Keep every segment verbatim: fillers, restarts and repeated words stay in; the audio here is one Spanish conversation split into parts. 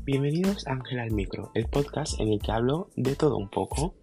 Bienvenidos a Ángel al Micro, el podcast en el que hablo de todo un poco.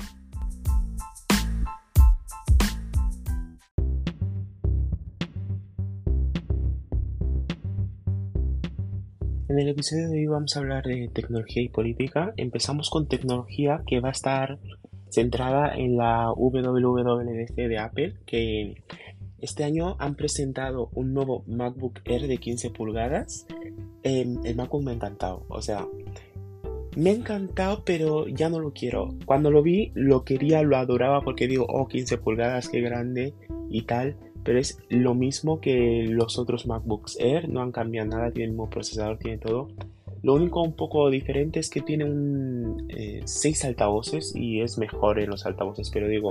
En el episodio de hoy vamos a hablar de tecnología y política. Empezamos con tecnología, que va a estar centrada en la W W D C de Apple, que este año han presentado un nuevo MacBook Air de quince pulgadas. Eh, el MacBook me ha encantado, o sea, me ha encantado, pero ya no lo quiero. Cuando lo vi, lo quería, lo adoraba porque digo, oh, quince pulgadas, qué grande y tal. Pero es lo mismo que los otros MacBooks Air, no han cambiado nada, tiene el mismo procesador, tiene todo. Lo único un poco diferente es que tiene un eh, seis altavoces y es mejor en los altavoces, pero digo,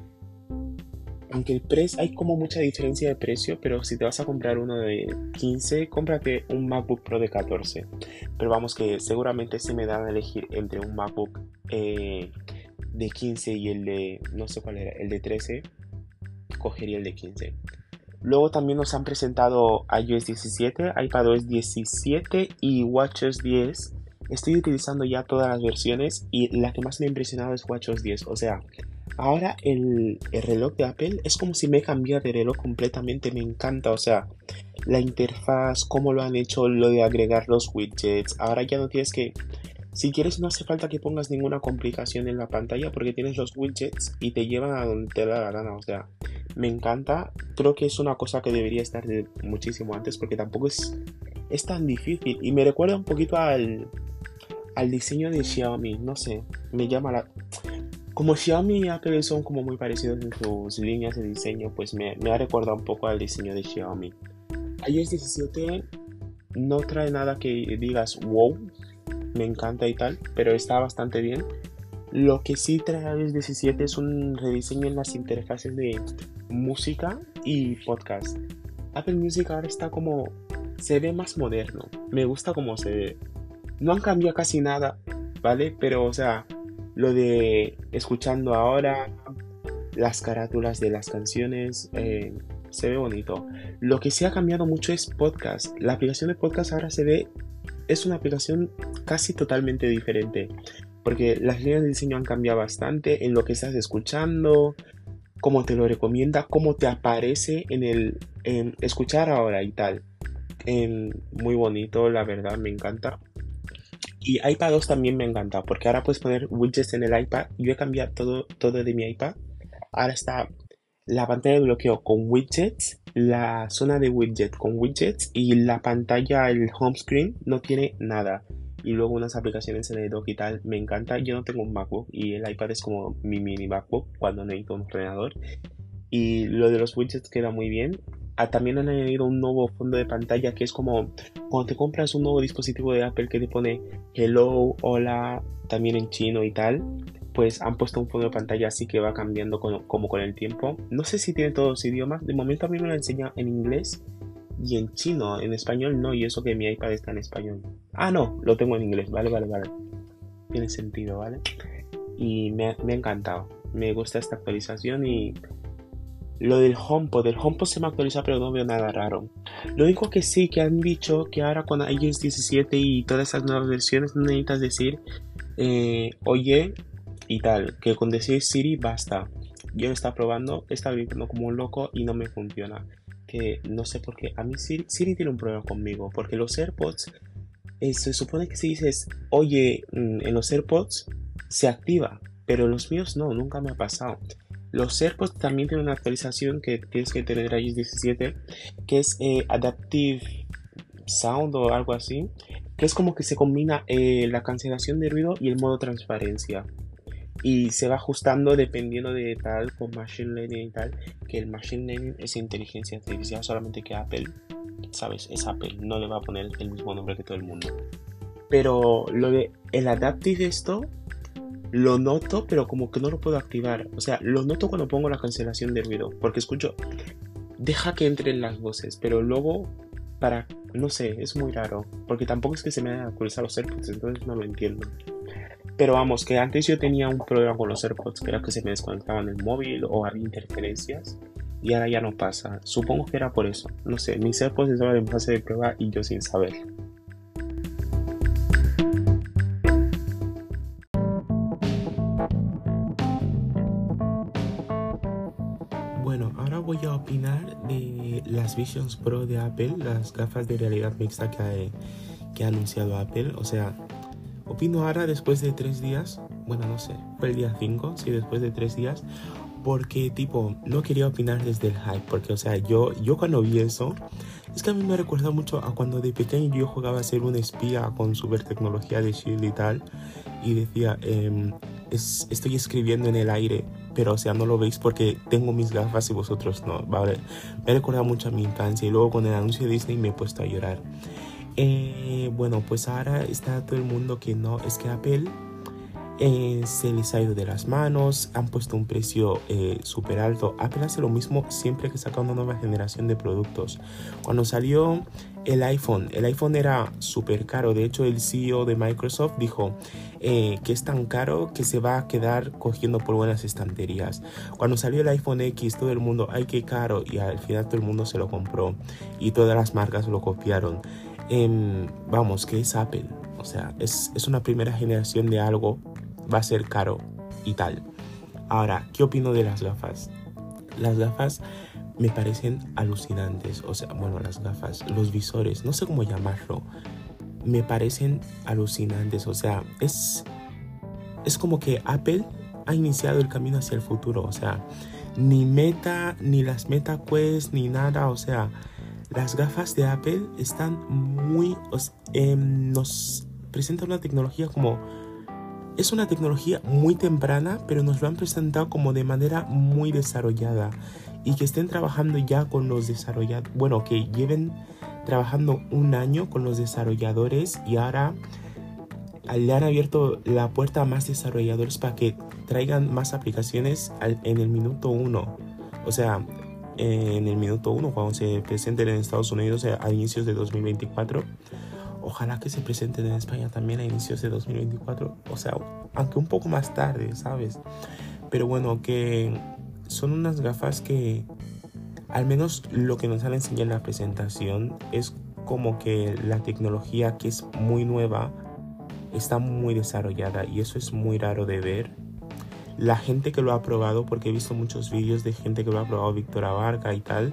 aunque el precio, hay como mucha diferencia de precio, pero si te vas a comprar uno de quince, cómprate un MacBook Pro de catorce. Pero vamos, que seguramente si me dan a elegir entre un MacBook eh, de quince y el de, no sé cuál era, el de trece, cogería el de quince. Luego también nos han presentado iOS diecisiete, iPadOS diecisiete y WatchOS diez. Estoy utilizando ya todas las versiones y la que más me ha impresionado es WatchOS diez. O sea, ahora el, el reloj de Apple es como si me cambiara de reloj completamente. Me encanta, o sea, la interfaz, cómo lo han hecho, lo de agregar los widgets. Ahora ya no tienes que... Si quieres, no hace falta que pongas ninguna complicación en la pantalla porque tienes los widgets y te llevan a donde te da la gana. O sea, me encanta. Creo que es una cosa que debería estar de muchísimo antes porque tampoco es, es tan difícil. Y me recuerda un poquito al, al diseño de Xiaomi. No sé, me llama la... Como Xiaomi y Apple son como muy parecidos en sus líneas de diseño, pues me, me ha recordado un poco al diseño de Xiaomi. iOS diecisiete no trae nada que digas wow, me encanta y tal, pero está bastante bien. Lo que sí trae iOS diecisiete es un rediseño en las interfaces de música y podcast. Apple Music ahora está como... se ve más moderno, me gusta cómo se ve. No han cambiado casi nada, ¿vale? Pero, o sea, lo de escuchando ahora, las carátulas de las canciones, eh, se ve bonito. Lo que sí ha cambiado mucho es podcast. La aplicación de podcast ahora se ve... es una aplicación casi totalmente diferente, porque las líneas de diseño han cambiado bastante en lo que estás escuchando, cómo te lo recomienda, cómo te aparece en el en escuchar ahora y tal. En, muy bonito, la verdad, me encanta. Y iPadOS también me encanta, porque ahora puedes poner widgets en el iPad. Yo he cambiado todo, todo de mi iPad. Ahora está la pantalla de bloqueo con widgets, la zona de widget con widgets y la pantalla, el home screen, no tiene nada. Y luego unas aplicaciones en el dock y tal, me encanta. Yo no tengo un MacBook y el iPad es como mi mini MacBook cuando necesito un ordenador. Y lo de los widgets queda muy bien. Ah, también han añadido un nuevo fondo de pantalla que es como cuando te compras un nuevo dispositivo de Apple que te pone hello, hola, también en chino y tal. Pues han puesto un fondo de pantalla así que va cambiando con, como con el tiempo. No sé si tiene todos los idiomas. De momento a mí me lo enseña en inglés y en chino. En español no, y eso que mi iPad está en español. Ah, no, lo tengo en inglés. Vale, vale, vale. Tiene sentido, ¿vale? Y me ha, me ha encantado. Me gusta esta actualización y... lo del HomePod, el HomePod se me actualiza pero no veo nada raro. Lo único que sí que han dicho que ahora con iOS diecisiete y todas esas nuevas versiones no necesitas decir eh, oye y tal, que con decir Siri basta. Yo lo estaba probando, estaba gritando como un loco y no me funciona. Que no sé por qué, a mí Siri, Siri tiene un problema conmigo, porque los AirPods, eh, se supone que si dices oye mm, en los AirPods se activa, pero los míos no, nunca me ha pasado. Los AirPods también tienen una actualización que tienes que tener iOS diecisiete, que es eh, Adaptive Sound o algo así, que es como que se combina eh, la cancelación de ruido y el modo transparencia. Y se va ajustando dependiendo de tal, con Machine Learning y tal, que el Machine Learning es inteligencia artificial, solamente que Apple, ¿sabes? Es Apple, no le va a poner el mismo nombre que todo el mundo. Pero lo de el Adaptive esto... lo noto, pero como que no lo puedo activar. O sea, lo noto cuando pongo la cancelación de ruido, porque escucho, deja que entren las voces, pero luego, para, no sé, es muy raro, porque tampoco es que se me hayan actualizado los AirPods, entonces no lo entiendo. Pero vamos, que antes yo tenía un problema con los AirPods, que era que se me desconectaban el móvil o había interferencias, y ahora ya no pasa. Supongo que era por eso. No sé, mis AirPods estaban en fase de prueba y yo sin saber. ahora voy a opinar de las Visions Pro de Apple, las gafas de realidad mixta que, que ha anunciado Apple. O sea, opino ahora después de tres días, bueno, no sé, fue el día cinco, sí, después de tres días, porque tipo, no quería opinar desde el hype, porque o sea, yo, yo cuando vi eso, es que a mí me recuerda mucho a cuando de pequeño yo jugaba a ser un espía con super tecnología de Shield y tal, y decía, eh, es, estoy escribiendo en el aire, pero o sea, no lo veis porque tengo mis gafas y vosotros no, ¿vale? Me recuerda mucho a mi infancia y luego con el anuncio de Disney me he puesto a llorar. Eh, bueno, pues ahora está todo el mundo que no, es que Apple eh, se les ha ido de las manos, han puesto un precio eh, súper alto. Apple hace lo mismo siempre que saca una nueva generación de productos. Cuando salió el iPhone, el iPhone era súper caro. De hecho, el C E O de Microsoft dijo eh, que es tan caro que se va a quedar cogiendo por buenas estanterías. Cuando salió el iPhone X, todo el mundo, ay, qué caro, y al final todo el mundo se lo compró y todas las marcas lo copiaron. Eh, vamos, que es Apple. O sea, es, es una primera generación de algo, va a ser caro y tal. Ahora, ¿qué opino de las gafas? Las gafas me parecen alucinantes. O sea, bueno, las gafas, los visores, no sé cómo llamarlo, me parecen alucinantes. O sea, es, es como que Apple ha iniciado el camino hacia el futuro. O sea, ni Meta, ni las Meta Quest, ni nada. O sea, las gafas de Apple están muy... Eh, nos presentan una tecnología como... Es una tecnología muy temprana, pero nos lo han presentado como de manera muy desarrollada. Y que estén trabajando ya con los desarrolladores... Bueno, que lleven trabajando un año con los desarrolladores y ahora le han abierto la puerta a más desarrolladores para que traigan más aplicaciones al, en el minuto uno. O sea, en el minuto uno, cuando se presenten en Estados Unidos a inicios de dos mil veinticuatro. Ojalá que se presenten en España también a inicios de dos mil veinticuatro. O sea, aunque un poco más tarde, ¿sabes? Pero bueno, que son unas gafas que, al menos lo que nos han enseñado en la presentación, es como que la tecnología, que es muy nueva, está muy desarrollada. Y eso es muy raro de ver. La gente que lo ha probado, porque he visto muchos vídeos de gente que lo ha probado, Víctor Abarca y tal,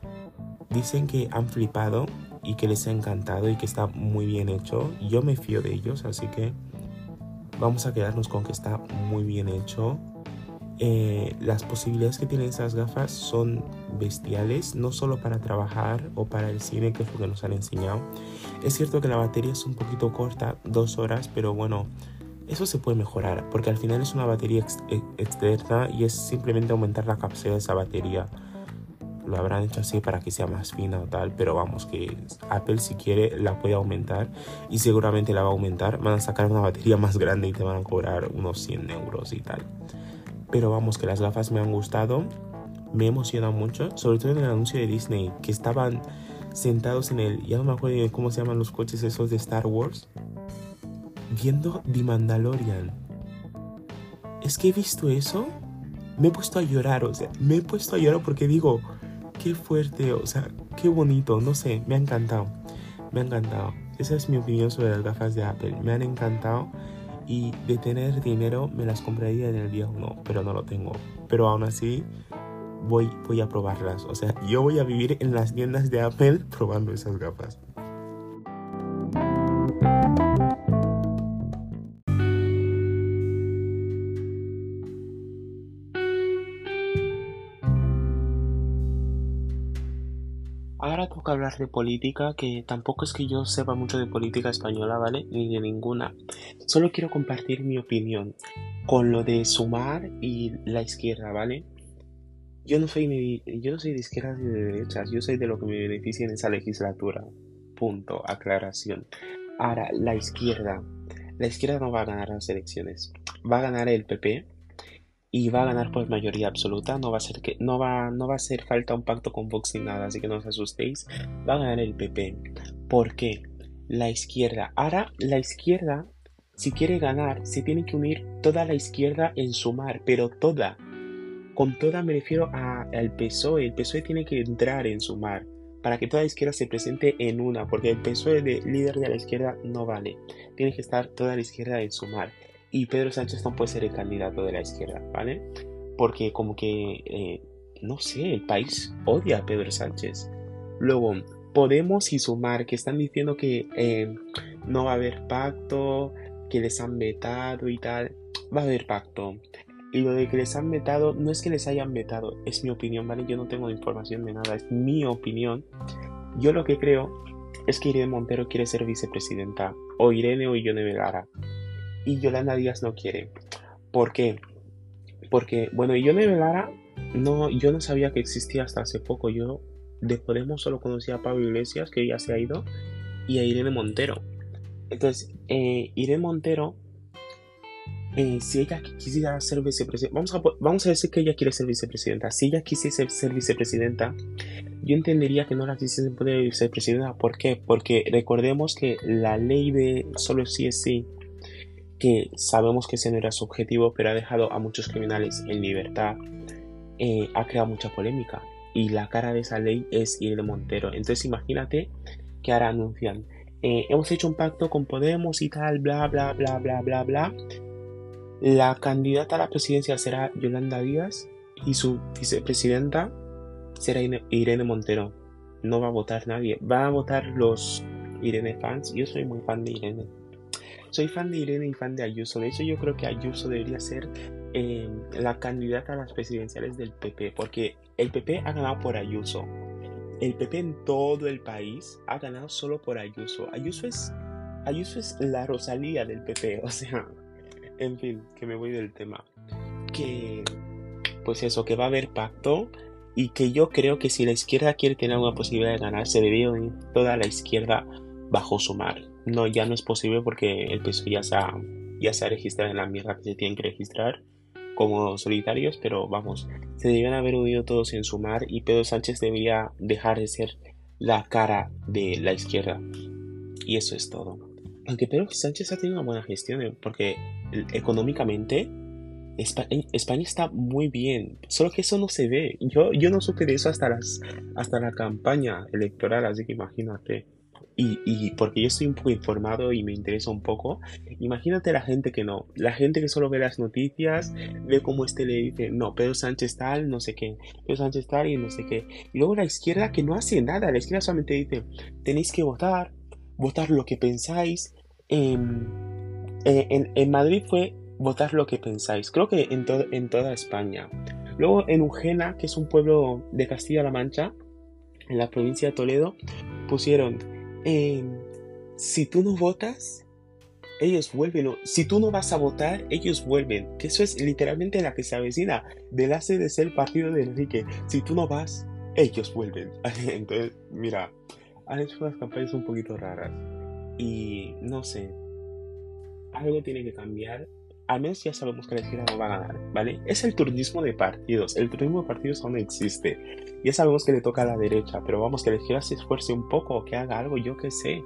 dicen que han flipado y que les ha encantado y que está muy bien hecho. Yo me fío de ellos, así que vamos a quedarnos con que está muy bien hecho. Eh, las posibilidades que tienen esas gafas son bestiales, no solo para trabajar o para el cine, que es lo que nos han enseñado. Es cierto que la batería es un poquito corta, dos horas, pero bueno, eso se puede mejorar, porque al final es una batería ex externa y es simplemente aumentar la capacidad de esa batería. Lo habrán hecho así para que sea más fina o tal, pero vamos, que Apple si quiere la puede aumentar y seguramente la va a aumentar. Van a sacar una batería más grande y te van a cobrar unos cien euros y tal. Pero vamos, que las gafas me han gustado, me emocionado mucho, sobre todo en el anuncio de Disney, que estaban sentados en el, ya no me acuerdo de cómo se llaman los coches esos de Star Wars, viendo The Mandalorian. Es que he visto eso, me he puesto a llorar, o sea, me he puesto a llorar porque digo, qué fuerte, o sea, qué bonito, no sé, me ha encantado, me ha encantado. Esa es mi opinión sobre las gafas de Apple, me han encantado y de tener dinero me las compraría en el día uno, pero no lo tengo. Pero aún así voy, voy a probarlas, o sea, yo voy a vivir en las tiendas de Apple probando esas gafas. Ahora toca hablar de política, que tampoco es que yo sepa mucho de política española, ¿vale? Ni de ninguna. Solo quiero compartir mi opinión con lo de Sumar y la izquierda, ¿vale? Yo no soy ni, yo no soy de izquierdas ni de derechas, yo soy de lo que me beneficia en esa legislatura. Punto, aclaración. Ahora, la izquierda. La izquierda no va a ganar las elecciones. Va a ganar el P P y va a ganar por mayoría absoluta. No va a ser que no va no va a hacer falta un pacto con Vox ni nada, así que no os asustéis. Va a ganar el P P. ¿Por qué? La izquierda. Ahora la izquierda, si quiere ganar, se tiene que unir toda la izquierda en Sumar, pero toda. Con toda me refiero a, al P S O E. El P S O E tiene que entrar en Sumar para que toda la izquierda se presente en una, porque el P S O E de líder de la izquierda no vale. Tiene que estar toda la izquierda en Sumar. Y Pedro Sánchez no puede ser el candidato de la izquierda, ¿vale? Porque como que eh, no sé, el país odia a Pedro Sánchez. Luego, Podemos y Sumar, que están diciendo que eh, no va a haber pacto, que les han vetado y tal. Va a haber pacto. Y lo de que les han vetado, no es que les hayan vetado, es mi opinión, ¿vale? Yo no tengo información de nada, es mi opinión. Yo lo que creo es que Irene Montero quiere ser vicepresidenta, o Irene o Ione Belarra, y Yolanda Díaz no quiere. ¿Por qué? Porque, bueno, Ione Belarra, no, yo no sabía que existía hasta hace poco. Yo de Podemos solo conocía a Pablo Iglesias, que ya se ha ido, y a Irene Montero. Entonces, eh, Irene Montero, eh, si ella quisiera ser vicepresidenta, vamos a, vamos a decir que ella quiere ser vicepresidenta. Si ella quisiese ser vicepresidenta, yo entendería que no la quisiesen poner vicepresidenta. ¿Por qué? Porque recordemos que la ley de solo sí es sí, que sabemos que ese no era su objetivo, pero ha dejado a muchos criminales en libertad, eh, ha creado mucha polémica. Y la cara de esa ley es Irene Montero. Entonces imagínate que ahora anuncian, eh, hemos hecho un pacto con Podemos y tal, bla, bla, bla, bla, bla, bla. La candidata a la presidencia será Yolanda Díaz y su vicepresidenta será Irene Montero. No va a votar nadie. Va a votar los Irene fans. Yo soy muy fan de Irene. Soy fan de Irene y fan de Ayuso. De hecho, yo creo que Ayuso debería ser eh, la candidata a las presidenciales del P P. Porque el P P ha ganado por Ayuso. El P P en todo el país ha ganado solo por Ayuso. Ayuso es, Ayuso es la Rosalía del P P. O sea, en fin, que me voy del tema. Que, pues eso, que va a haber pacto. Y que yo creo que si la izquierda quiere tener una posibilidad de ganar, se debe unir toda la izquierda bajo Sumar. No, ya no es posible porque el P S O E ya se ha, ya se ha registrado en la mierda que se tienen que registrar como solitarios, pero vamos, se debían haber unido todos en Sumar y Pedro Sánchez debería dejar de ser la cara de la izquierda. Y eso es todo. Aunque Pedro Sánchez ha tenido una buena gestión, ¿eh? Porque económicamente España está muy bien, solo que eso no se ve. Yo, yo no supe de eso hasta, las, hasta la campaña electoral, así que imagínate. Y, y porque yo estoy un poco informado y me interesa un poco, imagínate la gente que no, la gente que solo ve las noticias, ve cómo este le dice, no, Pedro Sánchez tal, no sé qué, Pedro Sánchez tal y no sé qué. Y luego la izquierda que no hace nada, la izquierda solamente dice, tenéis que votar, votar lo que pensáis. En, en, en Madrid fue votar lo que pensáis, creo que en, to en toda España. Luego en Ujena, que es un pueblo de Castilla-La Mancha, en la provincia de Toledo, pusieron, eh, si tú no votas, ellos vuelven. O, si tú no vas a votar, ellos vuelven. Que eso es literalmente la que se avecina del A C D C, el partido de Enrique. Si tú no vas, ellos vuelven. Entonces, mira, han hecho unas campañas un poquito raras. Y no sé, algo tiene que cambiar. Al menos ya sabemos que la izquierda no va a ganar, ¿vale? Es el turnismo de partidos. El turnismo de partidos aún no existe. Ya sabemos que le toca a la derecha, pero vamos, que la izquierda se esfuerce un poco, que haga algo, yo qué sé.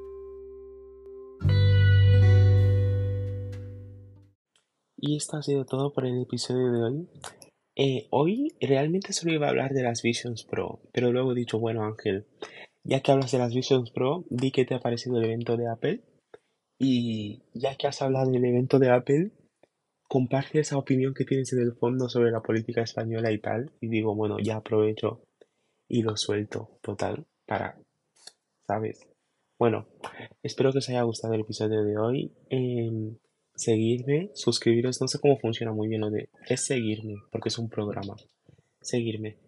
Y esto ha sido todo por el episodio de hoy. Eh, hoy realmente solo iba a hablar de las Visions Pro, pero luego he dicho, bueno Ángel, ya que hablas de las Visions Pro, di que te ha parecido el evento de Apple. Y ya que has hablado del evento de Apple, comparte esa opinión que tienes en el fondo sobre la política española y tal. Y digo, bueno, ya aprovecho y lo suelto, total, para, ¿sabes? Bueno, espero que os haya gustado el episodio de hoy. Em, seguirme, suscribiros, no sé cómo funciona muy bien lo de es seguirme, porque es un programa. Seguirme.